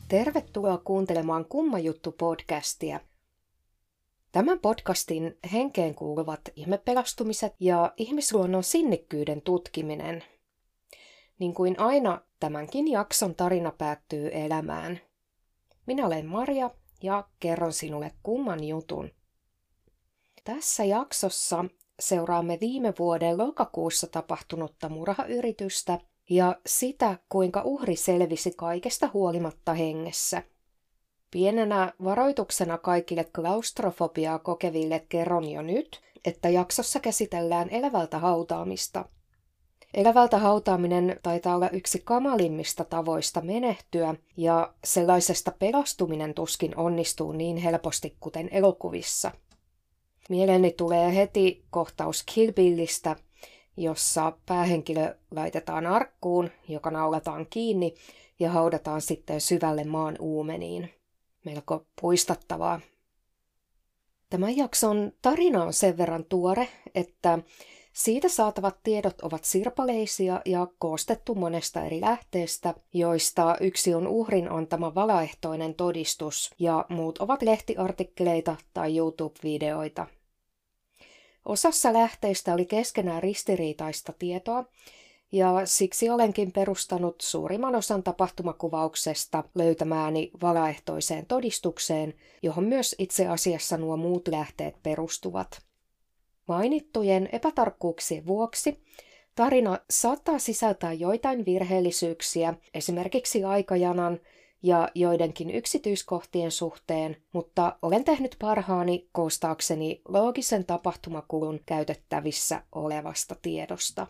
Tervetuloa kuuntelemaan Kumma juttu-podcastia. Tämän podcastin henkeen kuuluvat ihmepelastumiset ja ihmisluonnon sinnikkyyden tutkiminen. Niin kuin aina, tämänkin jakson tarina päättyy elämään. Minä olen Marja ja kerron sinulle kumman jutun. Tässä jaksossa seuraamme viime vuoden lokakuussa tapahtunutta murhayritystä ja sitä, kuinka uhri selvisi kaikesta huolimatta hengessä. Pienenä varoituksena kaikille klaustrofobiaa kokeville kerron jo nyt, että jaksossa käsitellään elävältä hautaamista. Elävältä hautaaminen taitaa olla yksi kamalimmista tavoista menehtyä, ja sellaisesta pelastuminen tuskin onnistuu niin helposti kuten elokuvissa. Mieleeni tulee heti kohtaus Kill Billistä, jossa päähenkilö laitetaan arkkuun, joka naulataan kiinni ja haudataan sitten syvälle maan uumeniin. Melko puistattavaa. Tämän jakson tarina on sen verran tuore, että siitä saatavat tiedot ovat sirpaleisia ja koostettu monesta eri lähteestä, joista yksi on uhrin antama valaehtoinen todistus ja muut ovat lehtiartikkeleita tai YouTube-videoita. Osassa lähteistä oli keskenään ristiriitaista tietoa, ja siksi olenkin perustanut suurimman osan tapahtumakuvauksesta löytämääni valaehtoiseen todistukseen, johon myös itse asiassa nuo muut lähteet perustuvat. Mainittujen epätarkkuuksien vuoksi tarina saattaa sisältää joitain virheellisyyksiä, esimerkiksi aikajanan ja joidenkin yksityiskohtien suhteen, mutta olen tehnyt parhaani koostaakseni loogisen tapahtumakulun käytettävissä olevasta tiedosta.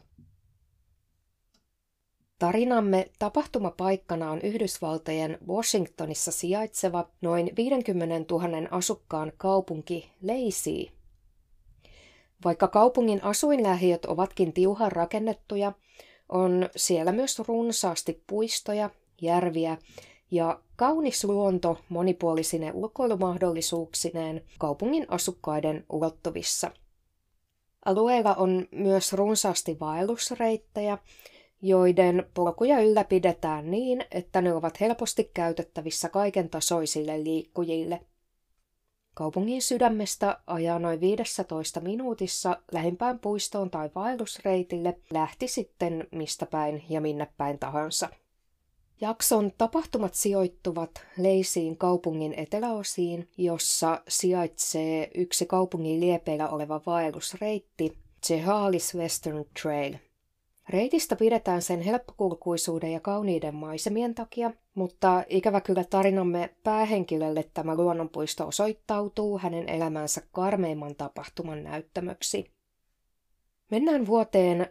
Tarinamme tapahtumapaikkana on Yhdysvaltojen Washingtonissa sijaitseva noin 50 000 asukkaan kaupunki Lacey. Vaikka kaupungin asuinlähiöt ovatkin tiuhaan rakennettuja, on siellä myös runsaasti puistoja, järviä ja kaunis luonto monipuolisine ulkoilumahdollisuuksineen kaupungin asukkaiden ulottuvissa. Alueella on myös runsaasti vaellusreittejä, joiden polkuja ylläpidetään niin, että ne ovat helposti käytettävissä kaiken tasoisille liikkujille. Kaupungin sydämestä ajaa noin 15 minuutissa lähimpään puistoon tai vaellusreitille, lähti sitten mistä päin ja minne päin tahansa. Jakson tapahtumat sijoittuvat Laceyin kaupungin eteläosiin, jossa sijaitsee yksi kaupungin liepeillä oleva vaellusreitti, Chehalis Western Trail. Reitistä pidetään sen helppokulkuisuuden ja kauniiden maisemien takia, mutta ikävä kyllä tarinamme päähenkilölle tämä luonnonpuisto osoittautuu hänen elämänsä karmeimman tapahtuman näyttämöksi. Mennään vuoteen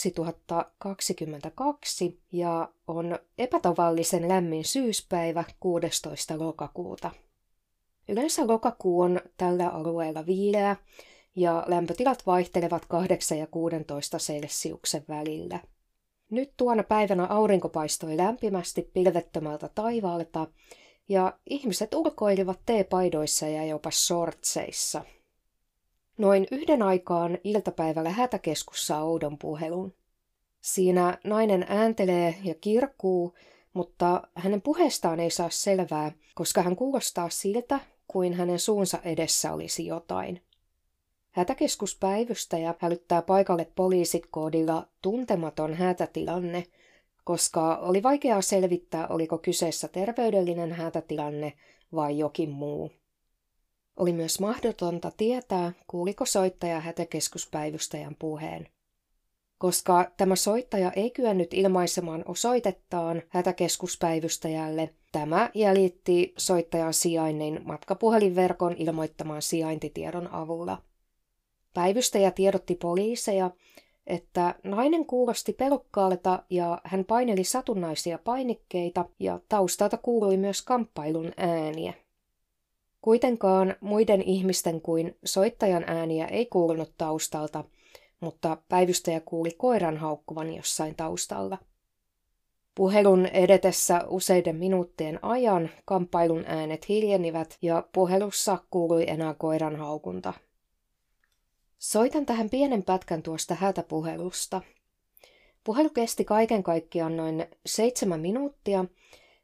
2022 ja on epätavallisen lämmin syyspäivä 16. lokakuuta. Yleensä lokakuu on tällä alueella viileä ja lämpötilat vaihtelevat 8 ja 16 celsiuksen välillä. Nyt tuona päivänä aurinko paistoi lämpimästi pilvettömältä taivaalta ja ihmiset ulkoilivat teepaidoissa ja jopa shortseissa. Noin 1 aikaan iltapäivällä hätäkeskus saa oudon puhelun. Siinä nainen ääntelee ja kirkuu, mutta hänen puheestaan ei saa selvää, koska hän kuulostaa siltä, kuin hänen suunsa edessä olisi jotain. Hätäkeskuspäivystäjä hälyttää paikalle poliisit koodilla tuntematon hätätilanne, koska oli vaikeaa selvittää, oliko kyseessä terveydellinen hätätilanne vai jokin muu. Oli myös mahdotonta tietää, kuuliko soittaja hätäkeskuspäivystäjän puheen. Koska tämä soittaja ei kyennyt ilmaisemaan osoitettaan hätäkeskuspäivystäjälle, tämä jäljitti soittajan sijainnin matkapuhelinverkon ilmoittamaan sijaintitiedon avulla. Päivystäjä tiedotti poliiseja, että nainen kuulosti pelokkaalta ja hän paineli satunnaisia painikkeita ja taustalta kuului myös kamppailun ääniä. Kuitenkaan muiden ihmisten kuin soittajan ääniä ei kuulunut taustalta, mutta päivystäjä kuuli koiran haukkuvan jossain taustalla. Puhelun edetessä useiden minuuttien ajan kamppailun äänet hiljenivät ja puhelussa kuului enää koiran haukunta. Soitan tähän pienen pätkän tuosta hätäpuhelusta. Puhelu kesti kaiken kaikkiaan noin 7 minuuttia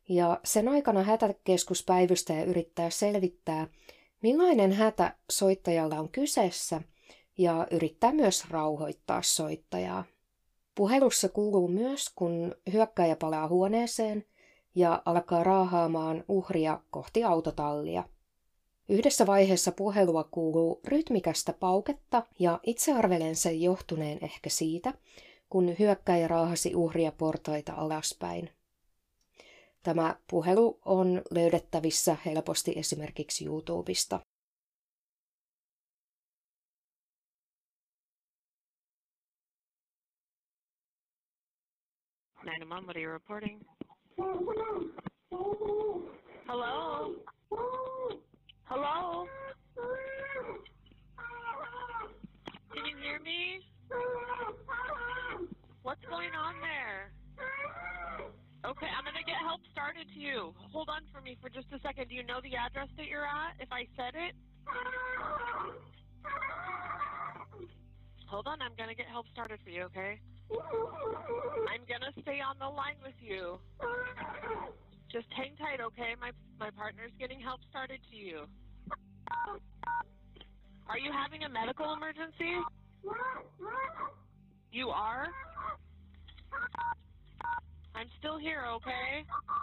Ja sen aikana hätäkeskuspäivystäjä yrittää selvittää, millainen hätä soittajalla on kyseessä, ja yrittää myös rauhoittaa soittajaa. Puhelussa kuuluu myös, kun hyökkääjä palaa huoneeseen ja alkaa raahaamaan uhria kohti autotallia. Yhdessä vaiheessa puhelua kuuluu rytmikästä pauketta ja itse arvelen sen johtuneen ehkä siitä, kun hyökkääjä raahasi uhria portaita alaspäin. Tämä puhelu on löydettävissä helposti esimerkiksi YouTubesta. 911, what are you reporting? Hello? Hello? Can you hear me? What's going on there? Okay, I'm gonna get help started to you. Hold on for me for just a second. Do you know the address that you're at, if I said it? Hold on, I'm gonna get help started for you, okay? I'm gonna stay on the line with you. Just hang tight, okay? My partner's getting help started to you. Are you having a medical emergency? You are? I'm still here, okay?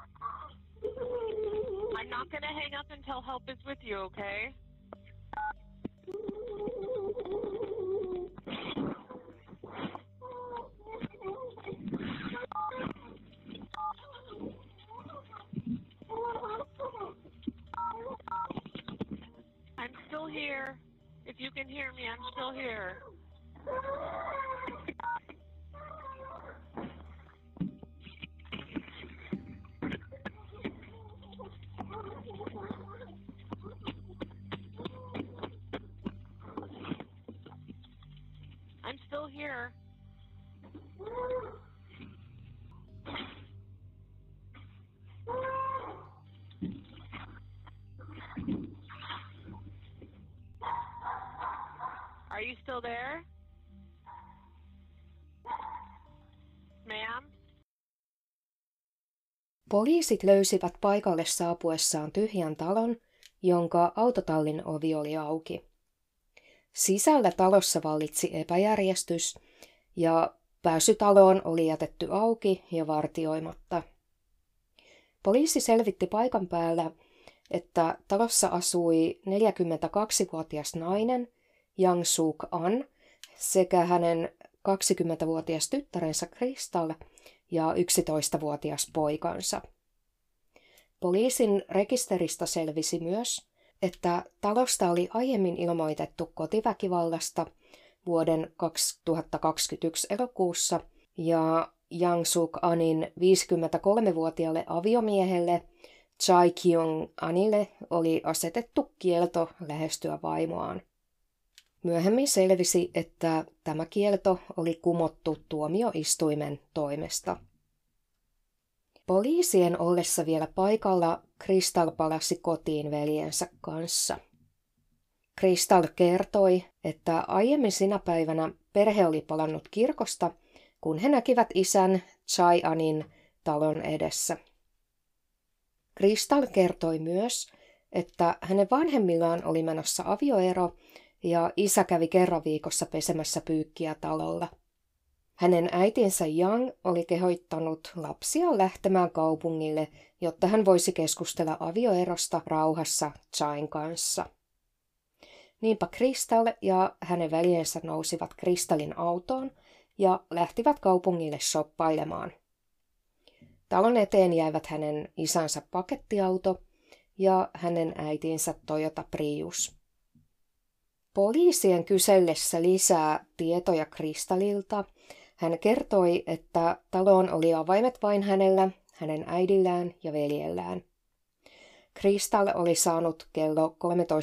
I'm not gonna hang up until help is with you, okay? I'm still here. If you can hear me, I'm still here. I'm still here. Are you still there? Ma'am? Poliisit löysivät paikalle saapuessaan tyhjän talon, jonka autotallin ovi oli auki. Sisällä talossa vallitsi epäjärjestys ja pääsy taloon oli jätetty auki ja vartioimatta. Poliisi selvitti paikan päällä, että talossa asui 42-vuotias nainen, Yang Suk An, sekä hänen 20-vuotias tyttärensä Crystal ja 11-vuotias poikansa. Poliisin rekisteristä selvisi myös, että talosta oli aiemmin ilmoitettu kotiväkivallasta vuoden 2021 elokuussa ja Yang Suk Anin 53-vuotiaalle aviomiehelle Chai Kyung Anille oli asetettu kielto lähestyä vaimoaan. Myöhemmin selvisi, että tämä kielto oli kumottu tuomioistuimen toimesta. Poliisien ollessa vielä paikalla Crystal palasi kotiin veljensä kanssa. Crystal kertoi, että aiemmin sinä päivänä perhe oli palannut kirkosta, kun he näkivät isän Chai Anin talon edessä. Crystal kertoi myös, että hänen vanhemmillaan oli menossa avioero ja isä kävi kerran viikossa pesemässä pyykkiä talolla. Hänen äitinsä Yang oli kehottanut lapsia lähtemään kaupungille, jotta hän voisi keskustella avioerosta rauhassa Chain kanssa. Niinpä Crystal ja hänen veljensä nousivat Crystalin autoon ja lähtivät kaupungille shoppailemaan. Talon eteen jäivät hänen isänsä pakettiauto ja hänen äitinsä Toyota Prius. Poliisien kysellessä lisää tietoja Crystalilta hän kertoi, että taloon oli avaimet vain hänellä, hänen äidillään ja veljellään. Crystal oli saanut kello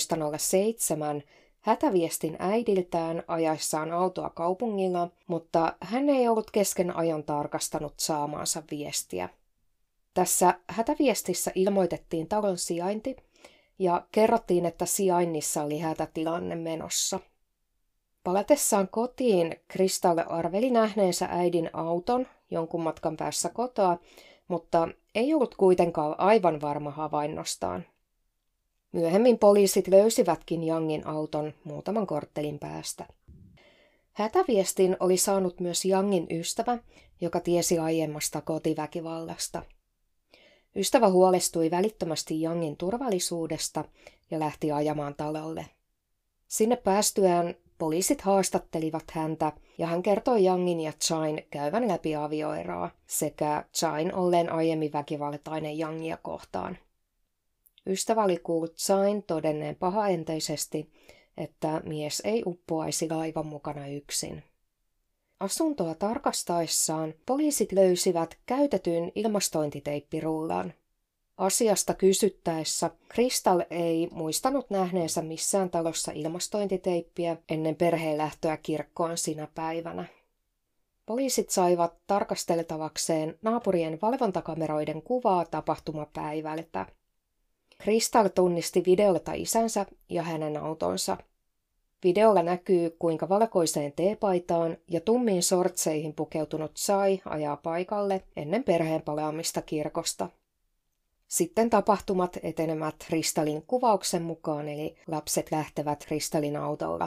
13.07 hätäviestin äidiltään ajaessaan autoa kaupungilla, mutta hän ei ollut kesken ajon tarkastanut saamaansa viestiä. Tässä hätäviestissä ilmoitettiin talon sijainti ja kerrottiin, että sijainnissa oli hätätilanne menossa. Palatessaan kotiin Crystal arveli nähneensä äidin auton jonkun matkan päässä kotoa, mutta ei ollut kuitenkaan aivan varma havainnostaan. Myöhemmin poliisit löysivätkin Youngin auton muutaman korttelin päästä. Hätäviestin oli saanut myös Youngin ystävä, joka tiesi aiemmasta kotiväkivallasta. Ystävä huolestui välittömästi Youngin turvallisuudesta ja lähti ajamaan talolle. Sinne päästyään poliisit haastattelivat häntä ja hän kertoi Youngin ja Chain käyvän läpi avioeroa sekä Chain olleen aiemmin väkivaltainen Youngia kohtaan. Ystävä oli kuullut Chain todenneen pahaenteisesti, että mies ei uppoaisi laivan mukana yksin. Asuntoa tarkastaessaan poliisit löysivät käytetyn ilmastointiteippiruulan. Asiasta kysyttäessä Crystal ei muistanut nähneensä missään talossa ilmastointiteippiä ennen perheen lähtöä kirkkoon sinä päivänä. Poliisit saivat tarkasteltavakseen naapurien valvontakameroiden kuvaa tapahtumapäivältä. Crystal tunnisti videolta isänsä ja hänen autonsa. Videolla näkyy, kuinka valkoiseen teepaitaan ja tummiin sortseihin pukeutunut Sai ajaa paikalle ennen perheen palaamista kirkosta. Sitten tapahtumat etenemät Crystalin kuvauksen mukaan, eli lapset lähtevät Crystalin autolla.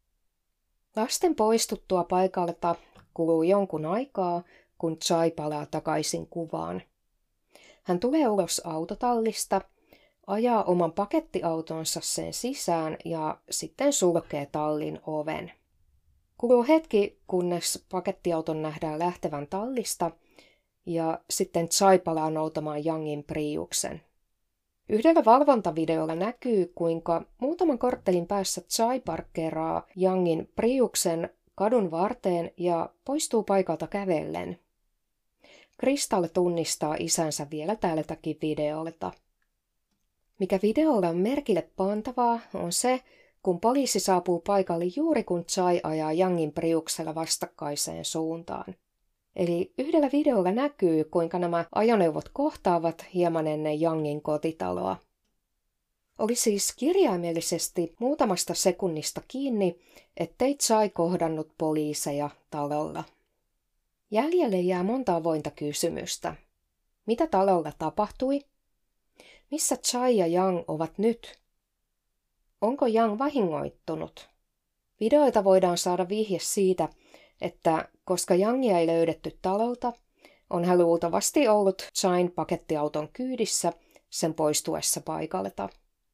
Lasten poistuttua paikalta kuluu jonkun aikaa, kun Sai palaa takaisin kuvaan. Hän tulee ulos autotallista, ajaa oman pakettiautonsa sen sisään ja sitten sulkee tallin oven. Kuluu hetki, kunnes pakettiauton nähdään lähtevän tallista ja sitten Chai palaa noutamaan Youngin Priuksen. Yhdellä valvontavideolla näkyy, kuinka muutaman korttelin päässä Chai parkkeeraa Youngin Priuksen kadun varteen ja poistuu paikalta kävellen. Crystal tunnistaa isänsä vielä tältäkin videolta. Mikä videolla on merkille pantavaa, on se, kun poliisi saapuu paikalle juuri kun Chai ajaa Youngin Priuksella vastakkaiseen suuntaan. Eli yhdellä videolla näkyy, kuinka nämä ajoneuvot kohtaavat hieman ennen Youngin kotitaloa. Oli siis kirjaimellisesti muutamasta sekunnista kiinni, ettei Chai kohdannut poliiseja talolla. Jäljelle jää monta avointa kysymystä. Mitä talolla tapahtui? Missä Chai ja Young ovat nyt? Onko Young vahingoittunut? Videoita voidaan saada vihje siitä, että koska Youngia ei löydetty talolta, on hän luultavasti ollut Chain pakettiauton kyydissä sen poistuessa paikalta.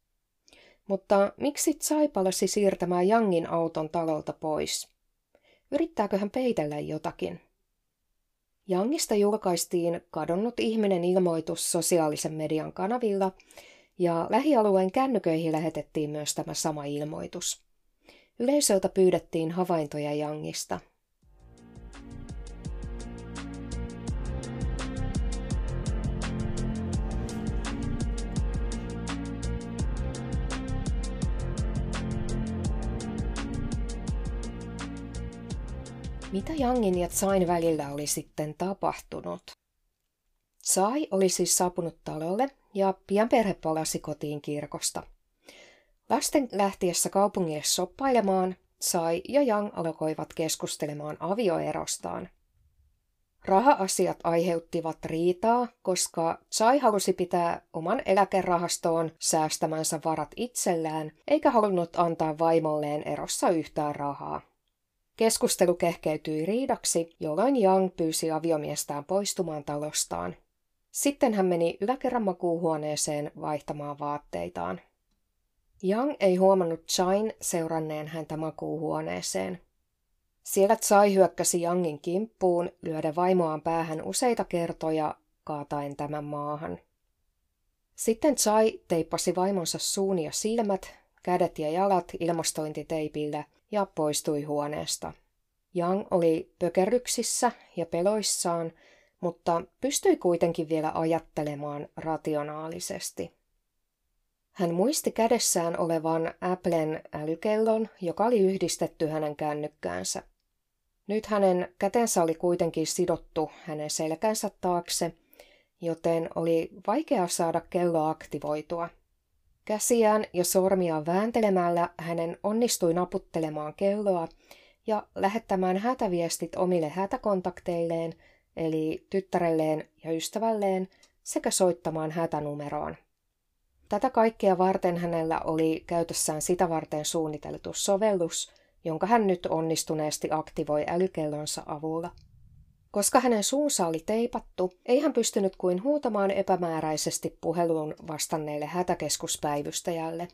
Mutta miksi Chai palasi siirtämään Youngin auton talolta pois? Yrittääkö hän peitellä jotakin? Youngista julkaistiin kadonnut ihminen -ilmoitus sosiaalisen median kanavilla ja lähialueen kännyköihin lähetettiin myös tämä sama ilmoitus. Yleisöltä pyydettiin havaintoja Youngista. Mitä Youngin ja Chain välillä oli sitten tapahtunut? Chai oli siis saapunut talolle ja pian perhe palasi kotiin kirkosta. Lasten lähtiessä kaupungille shoppailemaan, Chai ja Young alkoivat keskustelemaan avioerostaan. Raha-asiat aiheuttivat riitaa, koska Chai halusi pitää oman eläkerahastoon säästämänsä varat itsellään, eikä halunnut antaa vaimolleen erossa yhtään rahaa. Keskustelu kehkeytyi riidaksi, jolloin Young pyysi aviomiestään poistumaan talostaan. Sitten hän meni yläkerran makuuhuoneeseen vaihtamaan vaatteitaan. Young ei huomannut Chain seuranneen häntä makuuhuoneeseen. Siellä Chai hyökkäsi Youngin kimppuun, lyöden vaimoaan päähän useita kertoja, kaataen tämän maahan. Sitten Chai teippasi vaimonsa suun ja silmät, kädet ja jalat ilmastointiteipillä ja poistui huoneesta. Young oli pökerryksissä ja peloissaan, mutta pystyi kuitenkin vielä ajattelemaan rationaalisesti. Hän muisti kädessään olevan Applen älykellon, joka oli yhdistetty hänen kännykkäänsä. Nyt hänen kätensä oli kuitenkin sidottu hänen selkänsä taakse, joten oli vaikea saada kello aktivoitua. Käsiään ja sormiaan vääntelemällä hänen onnistui naputtelemaan kelloa ja lähettämään hätäviestit omille hätäkontakteilleen eli tyttärelleen ja ystävälleen, sekä soittamaan hätänumeroon. Tätä kaikkea varten hänellä oli käytössään sitä varten suunniteltu sovellus, jonka hän nyt onnistuneesti aktivoi älykellonsa avulla. Koska hänen suunsa oli teipattu, ei hän pystynyt kuin huutamaan epämääräisesti puheluun vastanneelle hätäkeskuspäivystäjälle.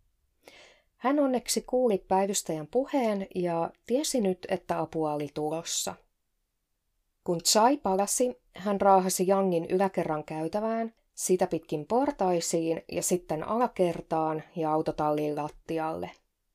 Hän onneksi kuuli päivystäjän puheen ja tiesi nyt, että apua oli tulossa. Kun Chai palasi, hän raahasi Youngin yläkerran käytävään, sitä pitkin portaisiin ja sitten alakertaan ja autotallin lattialle.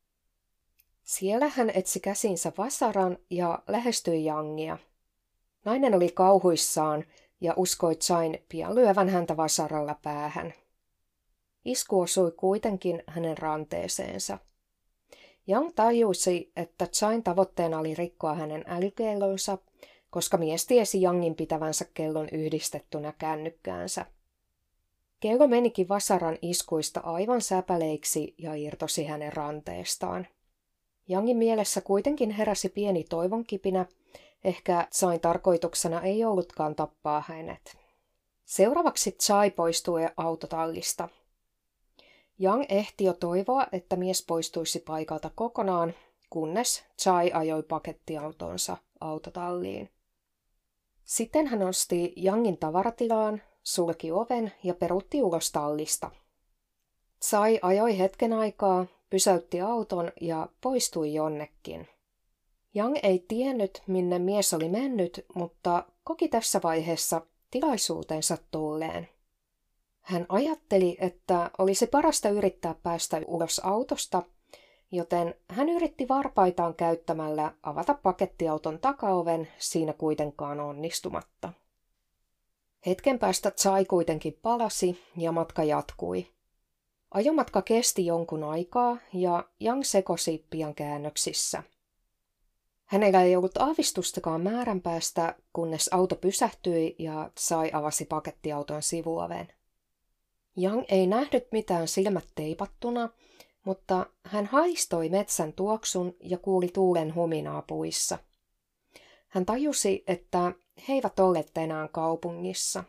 Siellä hän etsi käsinsä vasaran ja lähestyi Youngia. Nainen oli kauhuissaan ja uskoi Chain pian lyövän häntä vasaralla päähän. Isku osui kuitenkin hänen ranteeseensa. Young tajusi, että Chain tavoitteena oli rikkoa hänen älykellonsa, koska mies tiesi Youngin pitävänsä kellon yhdistettynä kännykkäänsä. Kello menikin vasaran iskuista aivan säpäleiksi ja irtosi hänen ranteestaan. Youngin mielessä kuitenkin heräsi pieni toivonkipinä, ehkä Chain tarkoituksena ei ollutkaan tappaa hänet. Seuraavaksi Chai poistui autotallista. Young ehti jo toivoa, että mies poistuisi paikalta kokonaan, kunnes Chai ajoi pakettiautonsa autotalliin. Sitten hän nosti Youngin tavaratilaan, sulki oven ja peruutti ulos tallista. Chai ajoi hetken aikaa, pysäytti auton ja poistui jonnekin. Young ei tiennyt, minne mies oli mennyt, mutta koki tässä vaiheessa tilaisuutensa tulleen. Hän ajatteli, että olisi parasta yrittää päästä ulos autosta, joten hän yritti varpaitaan käyttämällä avata pakettiauton takaoven, siinä kuitenkaan onnistumatta. Hetken päästä Chai kuitenkin palasi ja matka jatkui. Ajomatka kesti jonkun aikaa ja Young sekosi pian käännöksissä. Hänellä ei ollut aavistustakaan määränpäästä, kunnes auto pysähtyi ja Chai avasi pakettiauton sivuoven. Young ei nähnyt mitään silmät teipattuna, mutta hän haistoi metsän tuoksun ja kuuli tuulen huminaa puissa. Hän tajusi, että he eivät olleet enää kaupungissa.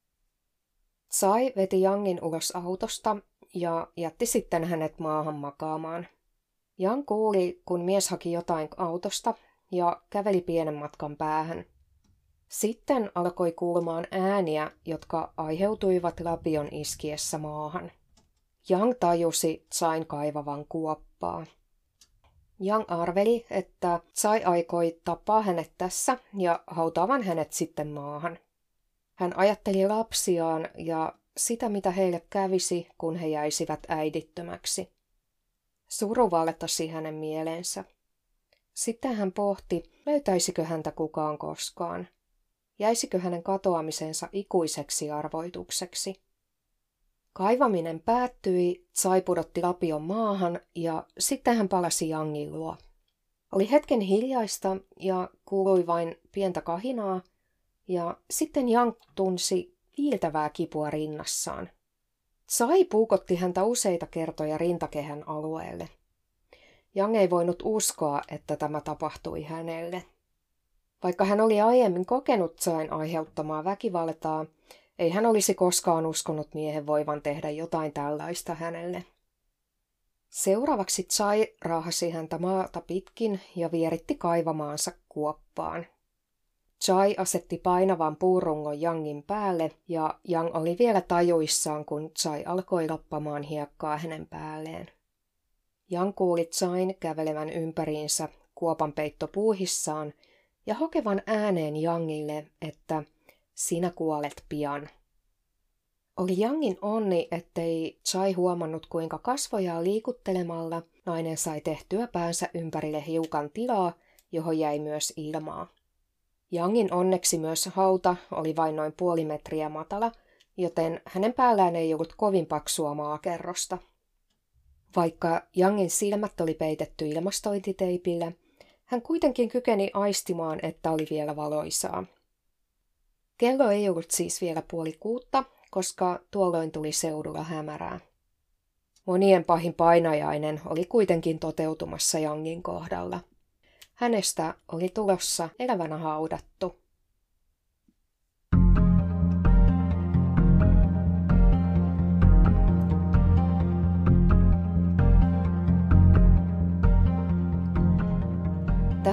Chai veti Youngin ulos autosta ja jätti sitten hänet maahan makaamaan. Young kuuli, kun mies haki jotain autosta ja käveli pienen matkan päähän. Sitten alkoi kuulumaan ääniä, jotka aiheutuivat lapion iskiessä maahan. Young tajusi Chain kaivavan kuoppaa. Young arveli, että Chai aikoi tappaa hänet tässä ja hautaavan hänet sitten maahan. Hän ajatteli lapsiaan ja sitä, mitä heille kävisi, kun he jäisivät äidittömäksi. Suru valtasi hänen mieleensä. Sitten hän pohti, löytäisikö häntä kukaan koskaan. Jäisikö hänen katoamisensa ikuiseksi arvoitukseksi? Kaivaminen päättyi, Chai pudotti lapion maahan ja sitten hän palasi Youngin luo. Oli hetken hiljaista ja kuului vain pientä kahinaa ja sitten Young tunsi viiltävää kipua rinnassaan. Chai puukotti häntä useita kertoja rintakehän alueelle. Young ei voinut uskoa, että tämä tapahtui hänelle. Vaikka hän oli aiemmin kokenut Chain aiheuttamaa väkivaltaa, ei hän olisi koskaan uskonut miehen voivan tehdä jotain tällaista hänelle. Seuraavaksi Chai raahasi häntä maata pitkin ja vieritti kaivamaansa kuoppaan. Chai asetti painavan puurungon Youngin päälle ja Young oli vielä tajuissaan, kun Chai alkoi lappamaan hiekkaa hänen päälleen. Young kuuli Chain kävelevän ympäriinsä kuopanpeittopuuhissaan ja hokevan ääneen Youngille, että sinä kuolet pian. Oli Youngin onni, ettei Chai huomannut, kuinka kasvojaan liikuttelemalla nainen sai tehtyä päänsä ympärille hiukan tilaa, johon jäi myös ilmaa. Youngin onneksi myös hauta oli vain noin 0,5 metriä matala, joten hänen päällään ei ollut kovin paksua maakerrosta. Vaikka Youngin silmät oli peitetty ilmastointiteipillä, hän kuitenkin kykeni aistimaan, että oli vielä valoisaa. Kello ei ollut siis vielä 5:30, koska tuolloin tuli seudulla hämärää. Monien pahin painajainen oli kuitenkin toteutumassa Youngin kohdalla. Hänestä oli tulossa elävänä haudattu.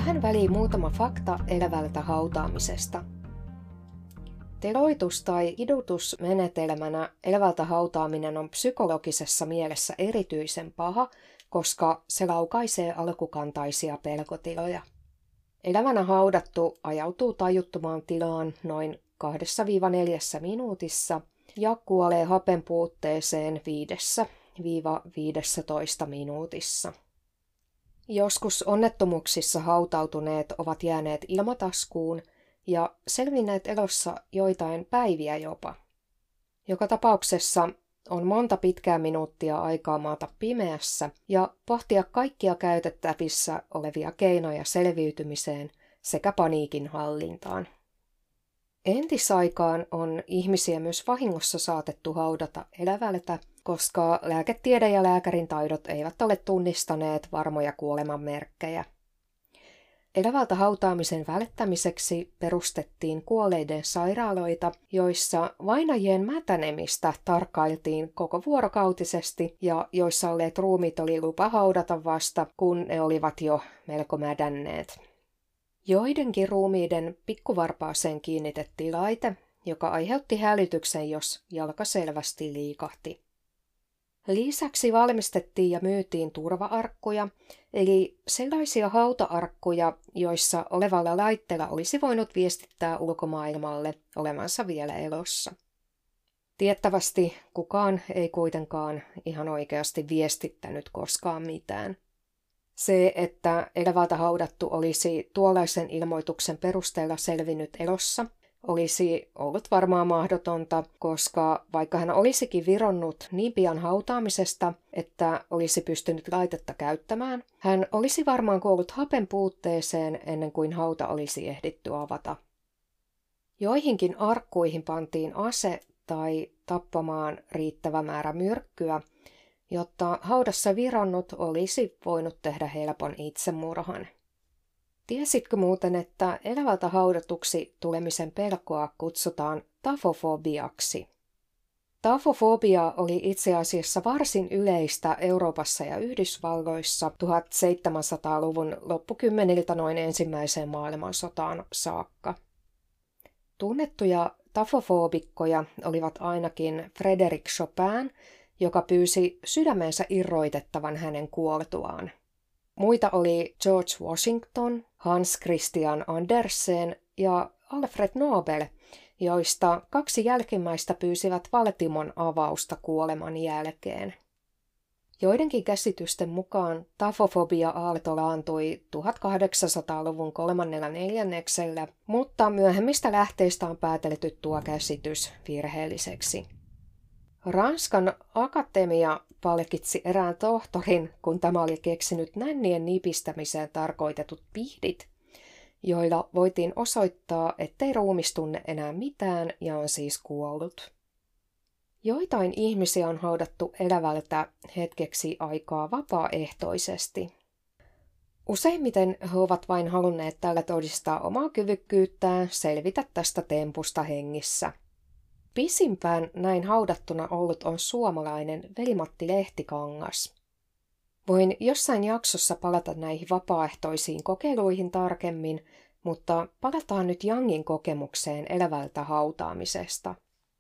tähän väliin muutama fakta elävältä hautaamisesta. Teloitus tai kidutusmenetelmänä elävältä hautaaminen on psykologisessa mielessä erityisen paha, koska se laukaisee alkukantaisia pelkotiloja. Elävänä haudattu ajautuu tajuttomaan tilaan noin 2-4 minuutissa ja kuolee hapen puutteeseen 5-15 minuutissa. Joskus onnettomuuksissa hautautuneet ovat jääneet ilmataskuun ja selvinneet elossa joitain päiviä jopa. Joka tapauksessa on monta pitkää minuuttia aikaa maata pimeässä ja pohtia kaikkia käytettävissä olevia keinoja selviytymiseen sekä paniikin hallintaan. Entisaikaan on ihmisiä myös vahingossa saatettu haudata elävältä, koska lääketiede ja lääkärin taidot eivät ole tunnistaneet varmoja kuolemanmerkkejä. Elävältä hautaamisen välttämiseksi perustettiin kuolleiden sairaaloita, joissa vainajien mätänemistä tarkkailtiin koko vuorokautisesti ja joissa olleet ruumiit oli lupa haudata vasta, kun ne olivat jo melko mädänneet. Joidenkin ruumiiden pikkuvarpaaseen kiinnitettiin laite, joka aiheutti hälytyksen, jos jalka selvästi liikahti. Lisäksi valmistettiin ja myytiin turva-arkkuja, eli sellaisia hauta-arkkuja, joissa olevalla laitteella olisi voinut viestittää ulkomaailmalle olevansa vielä elossa. Tiettävästi kukaan ei kuitenkaan ihan oikeasti viestittänyt koskaan mitään. Se, että elävältä haudattu olisi tuollaisen ilmoituksen perusteella selvinnyt elossa, olisi ollut varmaan mahdotonta, koska vaikka hän olisikin vironnut niin pian hautaamisesta, että olisi pystynyt laitetta käyttämään, hän olisi varmaan kuollut hapen puutteeseen ennen kuin hauta olisi ehditty avata. Joihinkin arkkuihin pantiin ase tai tappamaan riittävä määrä myrkkyä, jotta haudassa vironnut olisi voinut tehdä helpon itsemurhan. Tiesitkö muuten, että elävältä haudatuksi tulemisen pelkoa kutsutaan tafofobiaksi? Tafofobia oli itse asiassa varsin yleistä Euroopassa ja Yhdysvalloissa 1700-luvun loppukymmeniltä noin ensimmäiseen maailmansotaan saakka. Tunnettuja tafofoobikkoja olivat ainakin Frédéric Chopin, joka pyysi sydämensä irroitettavan hänen kuoltuaan. Muita oli George Washington, Hans Christian Andersen ja Alfred Nobel, joista 2 jälkimmäistä pyysivät valtimon avausta kuoleman jälkeen. Joidenkin käsitysten mukaan tafofobia-aalto laantui 1800-luvun 3/4, mutta myöhemmistä lähteistä on päätelty tuo käsitys virheelliseksi. Ranskan akatemia palkitsi erään tohtorin, kun tämä oli keksinyt nännien nipistämiseen tarkoitetut pihdit, joilla voitiin osoittaa, ettei ruumis tunne enää mitään ja on siis kuollut. Joitain ihmisiä on haudattu elävältä hetkeksi aikaa vapaaehtoisesti. Useimmiten he ovat vain halunneet tällä todistaa omaa kyvykkyyttään selvitä tästä tempusta hengissä. Pisimpään näin haudattuna ollut on suomalainen Veli-Matti Lehtikangas. Voin jossain jaksossa palata näihin vapaaehtoisiin kokeiluihin tarkemmin, mutta palataan nyt Youngin kokemukseen elävältä hautaamisesta.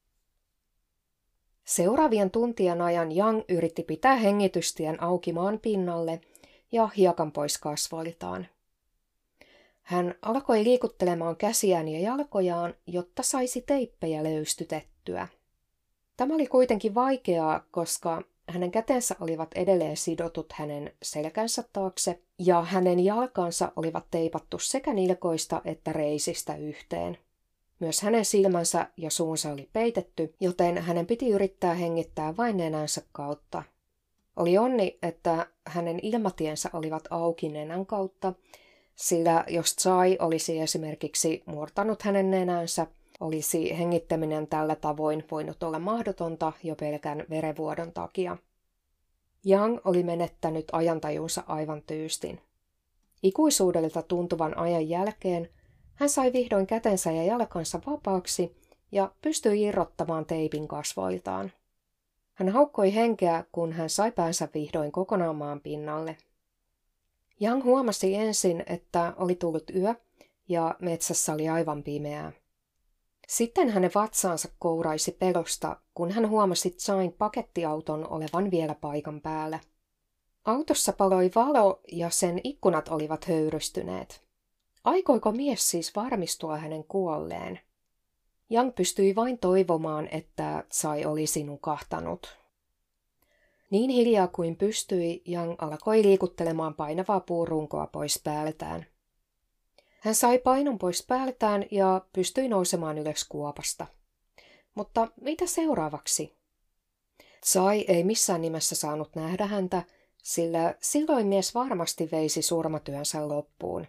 Seuraavien tuntien ajan Young yritti pitää hengitystien auki maan pinnalle ja hiekan pois kasvoiltaan. Hän alkoi liikuttelemaan käsiään ja jalkojaan, jotta saisi teippejä löystytettyä. Tämä oli kuitenkin vaikeaa, koska hänen kätensä olivat edelleen sidotut hänen selkänsä taakse ja hänen jalkansa olivat teipattu sekä nilkoista että reisistä yhteen. Myös hänen silmänsä ja suunsa oli peitetty, joten hänen piti yrittää hengittää vain nenänsä kautta. Oli onni, että hänen ilmatiensä olivat auki nenän kautta, sillä jos Tsai olisi esimerkiksi murtanut hänen nenänsä, olisi hengittäminen tällä tavoin voinut olla mahdotonta jo pelkän verenvuodon takia. Young oli menettänyt ajantajunsa aivan tyystin. Ikuisuudelta tuntuvan ajan jälkeen hän sai vihdoin kätensä ja jalkansa vapaaksi ja pystyi irrottamaan teipin kasvoiltaan. Hän haukkoi henkeä, kun hän sai päänsä vihdoin kokonaan maan pinnalle. Yang huomasi ensin, että oli tullut yö ja metsässä oli aivan pimeää. Sitten hänen vatsaansa kouraisi pelosta, kun hän huomasi Tsain pakettiauton olevan vielä paikan päällä. Autossa paloi valo ja sen ikkunat olivat höyrystyneet. Aikoiko mies siis varmistua hänen kuolleen? Yang pystyi vain toivomaan, että Tsai olisi nukahtanut. Niin hiljaa kuin pystyi, Yang alkoi liikuttelemaan painavaa puurunkoa pois päältään. Hän sai painon pois päältään ja pystyi nousemaan ylös kuopasta. Mutta mitä seuraavaksi? Tsai ei missään nimessä saanut nähdä häntä, sillä silloin mies varmasti veisi surmatyönsä loppuun.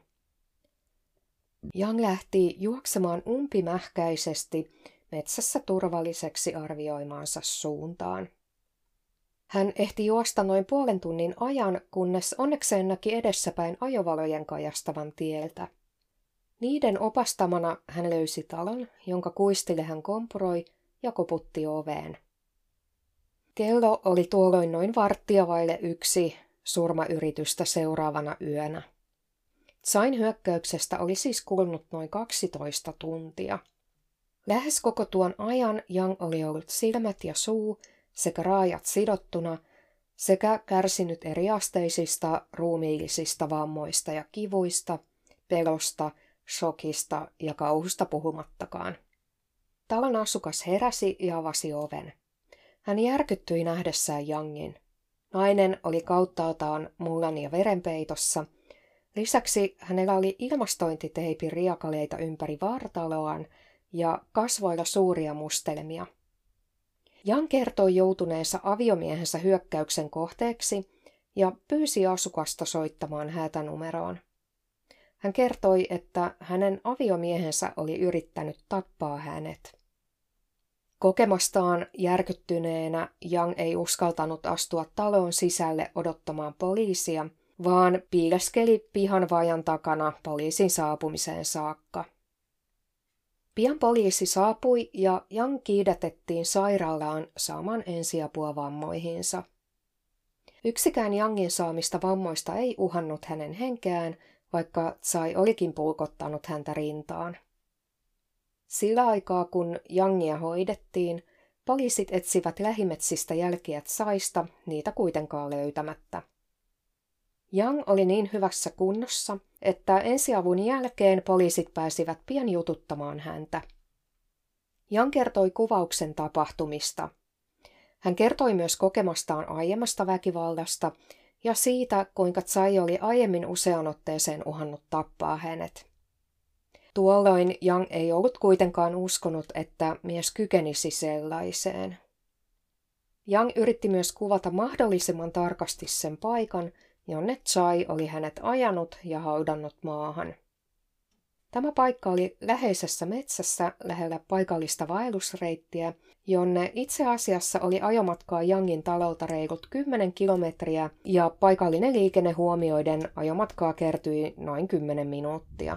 Yang lähti juoksemaan umpimähkäisesti metsässä turvalliseksi arvioimaansa suuntaan. Hän ehti juosta noin puolen tunnin ajan, kunnes onnekseen näki edessäpäin ajovalojen kajastavan tieltä. Niiden opastamana hän löysi talon, jonka kuistille hän kompuroi ja koputti oveen. Kello oli tuolloin noin 1:15 surmayritystä seuraavana yönä. Tsain hyökkäyksestä oli siis kulunut noin 12 tuntia. Lähes koko tuon ajan Yang oli ollut silmät ja suu sekä raajat sidottuna sekä kärsinyt eriasteisista ruumiillisista vammoista ja kivuista, pelosta, shokista ja kauhusta puhumattakaan. Talon asukas heräsi ja avasi oven. Hän järkyttyi nähdessään Yangin. Nainen oli kauttaaltaan mullan ja verenpeitossa. Lisäksi hänellä oli ilmastointiteipin riakaleita ympäri vartaloaan ja kasvoilla suuria mustelmia. Yang kertoi joutuneensa aviomiehensä hyökkäyksen kohteeksi ja pyysi asukasta soittamaan hätänumeroon. Hän kertoi, että hänen aviomiehensä oli yrittänyt tappaa hänet. Kokemastaan järkyttyneenä Yang ei uskaltanut astua taloon sisälle odottamaan poliisia, vaan piileskeli pihan vajan takana poliisin saapumiseen saakka. Pian poliisi saapui ja Yang kiidätettiin sairaalaan saamaan ensiapua vammoihinsa. Yksikään Yangin saamista vammoista ei uhannut hänen henkeään, vaikka Tsai olikin pulkottanut häntä rintaan. Sillä aikaa, kun Yangia hoidettiin, poliisit etsivät lähimetsistä jälkiä Tsaista, niitä kuitenkaan löytämättä. Yang oli niin hyvässä kunnossa, että ensiavun jälkeen poliisit pääsivät pian jututtamaan häntä. Yang kertoi kuvauksen tapahtumista. Hän kertoi myös kokemastaan aiemmasta väkivallasta ja siitä, kuinka Tsai oli aiemmin usean otteeseen uhannut tappaa hänet. Tuolloin Yang ei ollut kuitenkaan uskonut, että mies kykenisi sellaiseen. Yang yritti myös kuvata mahdollisimman tarkasti sen paikan, jonne Tsai oli hänet ajanut ja haudannut maahan. Tämä paikka oli läheisessä metsässä lähellä paikallista vaellusreittiä, jonne itse asiassa oli ajomatkaa Yangin talolta reilut 10 kilometriä ja paikallinen liikenne huomioiden ajomatkaa kertyi noin 10 minuuttia.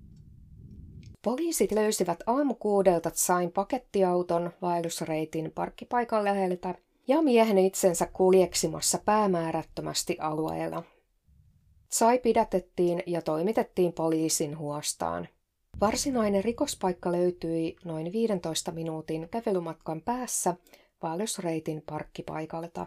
Poliisit löysivät aamu 6 Tsain pakettiauton vaellusreitin parkkipaikan läheltä ja miehen itsensä kuljeksimassa päämäärättömästi alueella. Tsai pidätettiin ja toimitettiin poliisin huostaan. Varsinainen rikospaikka löytyi noin 15 minuutin kävelymatkan päässä vaellusreitin parkkipaikalta.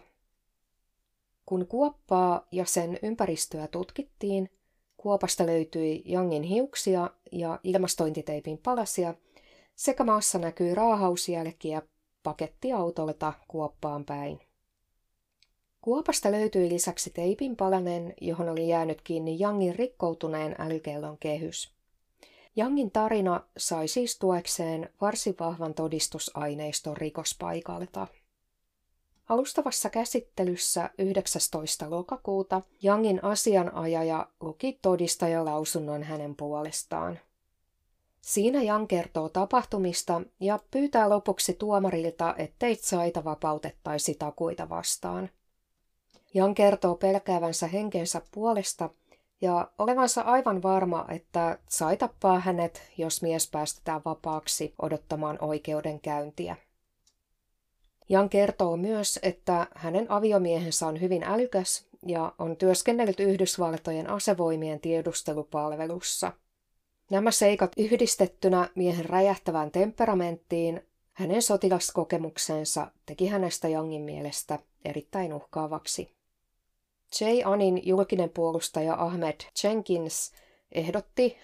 Kun kuoppaa ja sen ympäristöä tutkittiin, kuopasta löytyi Yangin hiuksia ja ilmastointiteipin palasia sekä maassa näkyi raahausjälkiä pakettiautolta kuoppaan päin. Kuopasta löytyi lisäksi teipin palanen, johon oli jäänyt kiinni Yangin rikkoutuneen älykellon kehys. Yangin tarina sai siis tuekseen varsin vahvan todistusaineiston rikospaikalta. Alustavassa käsittelyssä 19. lokakuuta Yangin asianajaja luki todistajalausunnon hänen puolestaan. Siinä Yang kertoo tapahtumista ja pyytää lopuksi tuomarilta, ettei Tsaita vapautettaisi takuita vastaan. Yang kertoo pelkäävänsä henkensä puolesta ja olevansa aivan varma, että Tsai tappaa hänet, jos mies päästetään vapaaksi odottamaan oikeudenkäyntiä. Yang kertoo myös, että hänen aviomiehensä on hyvin älykäs ja on työskennellyt Yhdysvaltojen asevoimien tiedustelupalvelussa. Nämä seikat yhdistettynä miehen räjähtävään temperamenttiin, hänen sotilaskokemuksensa teki hänestä Youngin mielestä erittäin uhkaavaksi. Jay Anin julkinen puolustaja Ahmed Jenkins ehdotti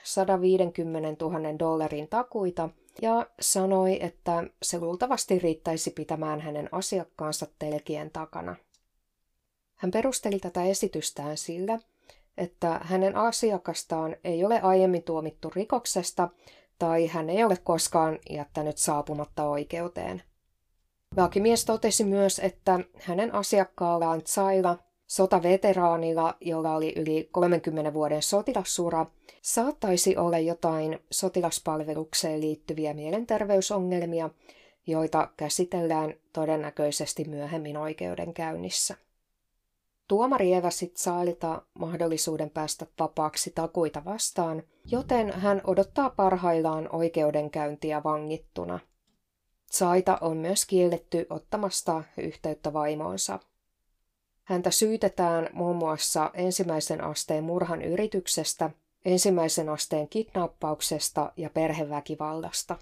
$150,000 takuita ja sanoi, että se luultavasti riittäisi pitämään hänen asiakkaansa telkien takana. Hän perusteli tätä esitystään sillä, että hänen asiakastaan ei ole aiemmin tuomittu rikoksesta tai hän ei ole koskaan jättänyt saapumatta oikeuteen. Lakimies totesi myös, että hänen asiakkaallaan Zaylla, sotaveteraanilla, jolla oli yli 30 vuoden sotilassura, saattaisi olla jotain sotilaspalvelukseen liittyviä mielenterveysongelmia, joita käsitellään todennäköisesti myöhemmin oikeudenkäynnissä. Tuomari eväsi Zaylta mahdollisuuden päästä vapaaksi takuita vastaan, joten hän odottaa parhaillaan oikeudenkäyntiä vangittuna. Zayta on myös kielletty ottamasta yhteyttä vaimoonsa. Häntä syytetään muun muassa ensimmäisen asteen murhan yrityksestä, ensimmäisen asteen kidnappauksesta ja perheväkivallasta.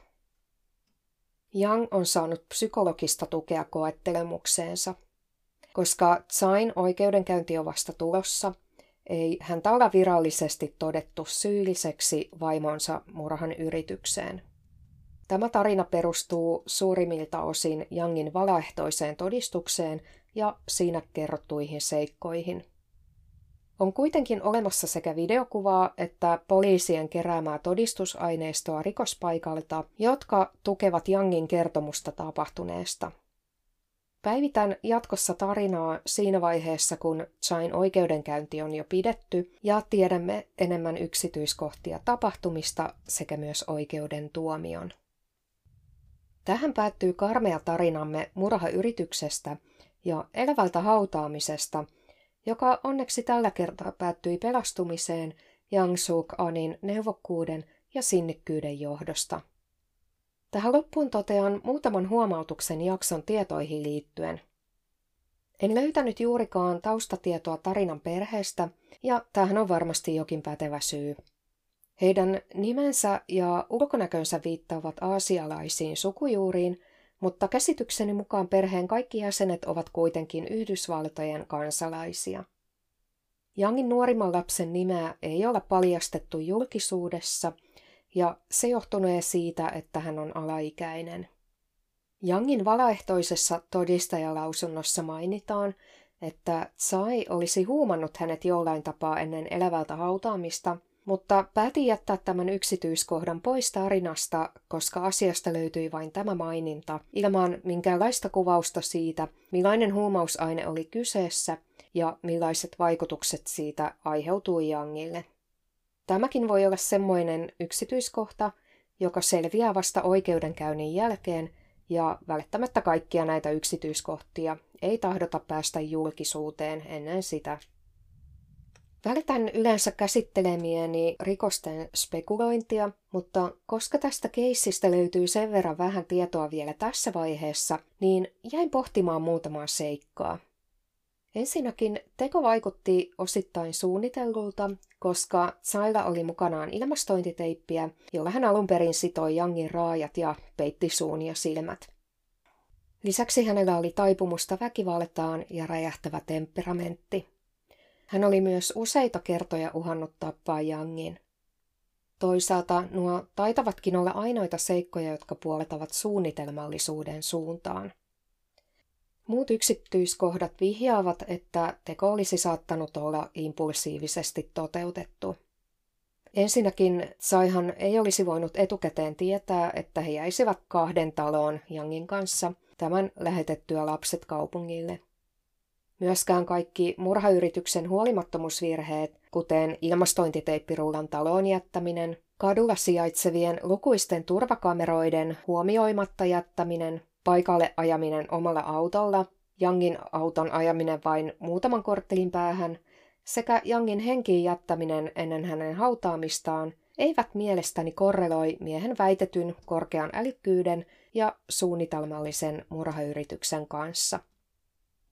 Young on saanut psykologista tukea koettelemukseensa. Koska Zayn oikeudenkäynti on vasta tulossa, ei häntä olla virallisesti todettu syylliseksi vaimonsa murhan yritykseen. Tämä tarina perustuu suurimmilta osin Youngin valaehtoiseen todistukseen ja siinä kerrottuihin seikkoihin. On kuitenkin olemassa sekä videokuvaa että poliisien keräämää todistusaineistoa rikospaikalta, jotka tukevat Youngin kertomusta tapahtuneesta. Päivitän jatkossa tarinaa siinä vaiheessa, kun Zayn oikeudenkäynti on jo pidetty ja tiedämme enemmän yksityiskohtia tapahtumista sekä myös oikeuden tuomion. Tähän päättyy karmea tarinamme murhayrityksestä ja elävältä hautaamisesta, joka onneksi tällä kertaa päättyi pelastumiseen Young Suk Anin neuvokkuuden ja sinnikkyyden johdosta. Tähän loppuun totean muutaman huomautuksen jakson tietoihin liittyen. En löytänyt juurikaan taustatietoa tarinan perheestä, ja tähän on varmasti jokin pätevä syy. Heidän nimensä ja ulkonäkönsä viittaavat aasialaisiin sukujuuriin, mutta käsitykseni mukaan perheen kaikki jäsenet ovat kuitenkin Yhdysvaltojen kansalaisia. Youngin nuorimman lapsen nimeä ei ole paljastettu julkisuudessa, ja se johtunee siitä, että hän on alaikäinen. Youngin valaehtoisessa todistajalausunnossa mainitaan, että Zay olisi huumannut hänet jollain tapaa ennen elävältä hautaamista, mutta päätin jättää tämän yksityiskohdan pois tarinasta, koska asiasta löytyi vain tämä maininta, ilman minkäänlaista kuvausta siitä, millainen huumausaine oli kyseessä ja millaiset vaikutukset siitä aiheutui Youngille. Tämäkin voi olla semmoinen yksityiskohta, joka selviää vasta oikeudenkäynnin jälkeen, ja välttämättä kaikkia näitä yksityiskohtia ei tahdota päästä julkisuuteen ennen sitä. Välitän yleensä käsittelemieni rikosten spekulointia, mutta koska tästä keissistä löytyy sen verran vähän tietoa vielä tässä vaiheessa, niin jäin pohtimaan muutamaa seikkaa. Ensinnäkin teko vaikutti osittain suunnitellulta, koska Zaylla oli mukanaan ilmastointiteippiä, jolla hän alun perin sitoi Youngin raajat ja peitti suun ja silmät. Lisäksi hänellä oli taipumusta väkivaltaan ja räjähtävä temperamentti. Hän oli myös useita kertoja uhannut tappaa Youngin. Toisaalta nuo taitavatkin olla ainoita seikkoja, jotka puoltavat suunnitelmallisuuden suuntaan. Muut yksityiskohdat vihjaavat, että teko olisi saattanut olla impulsiivisesti toteutettu. Ensinnäkin Zayhan ei olisi voinut etukäteen tietää, että he jäisivät 2 taloon Youngin kanssa tämän lähetettyä lapset kaupungille. Myöskään kaikki murhayrityksen huolimattomuusvirheet, kuten ilmastointiteippirullan taloon jättäminen, kadulla sijaitsevien lukuisten turvakameroiden huomioimatta jättäminen, paikalle ajaminen omalla autolla, Youngin auton ajaminen vain muutaman korttelin päähän sekä Youngin henkiin jättäminen ennen hänen hautaamistaan eivät mielestäni korreloi miehen väitetyn korkean älykkyyden ja suunnitelmallisen murhayrityksen kanssa.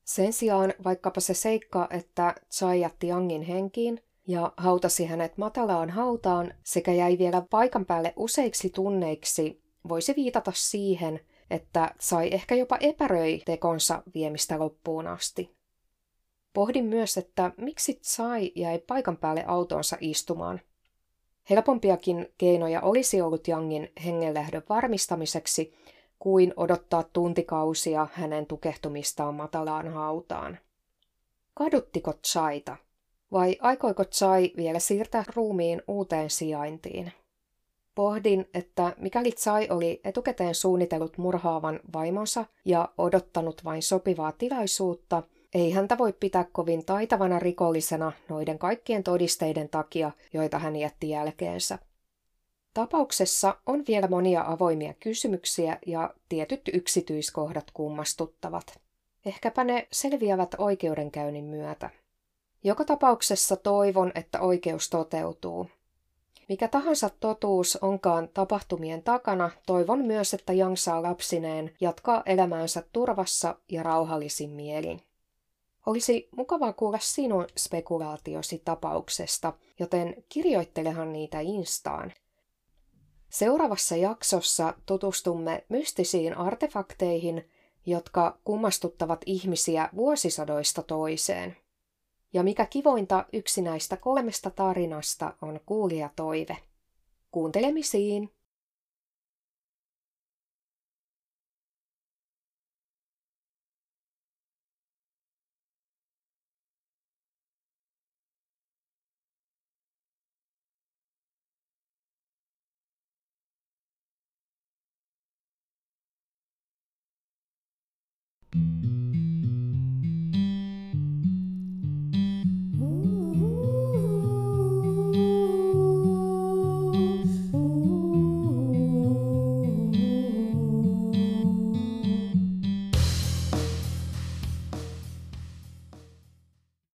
Sen sijaan vaikkapa se seikka, että Tsai jätti Yangin henkiin ja hautasi hänet matalaan hautaan sekä jäi vielä paikan päälle useiksi tunneiksi, voisi viitata siihen, että Tsai ehkä jopa epäröi tekonsa viemistä loppuun asti. Pohdin myös, että miksi Tsai jäi paikan päälle autonsa istumaan. Helpompiakin keinoja olisi ollut Yangin hengenlähdön varmistamiseksi kuin odottaa tuntikausia hänen tukehtumistaan matalaan hautaan. Kaduttiko Tsaita? Vai aikoiko Tsai vielä siirtää ruumiin uuteen sijaintiin? Pohdin, että mikäli Tsai oli etukäteen suunnitellut murhaavan vaimonsa ja odottanut vain sopivaa tilaisuutta, ei häntä voi pitää kovin taitavana rikollisena noiden kaikkien todisteiden takia, joita hän jätti jälkeensä. Tapauksessa on vielä monia avoimia kysymyksiä ja tietyt yksityiskohdat kummastuttavat. Ehkäpä ne selviävät oikeudenkäynnin myötä. Joka tapauksessa toivon, että oikeus toteutuu. Mikä tahansa totuus onkaan tapahtumien takana, toivon myös, että Yang saa lapsineen jatkaa elämäänsä turvassa ja rauhallisin mielin. Olisi mukavaa kuulla sinun spekulaatiosi tapauksesta, joten kirjoittelehan niitä Instaan. Seuraavassa jaksossa tutustumme mystisiin artefakteihin, jotka kummastuttavat ihmisiä vuosisadoista toiseen. Ja mikä kivointa, yksi näistä 3 tarinasta on kuulijatoive. Kuuntelemisiin!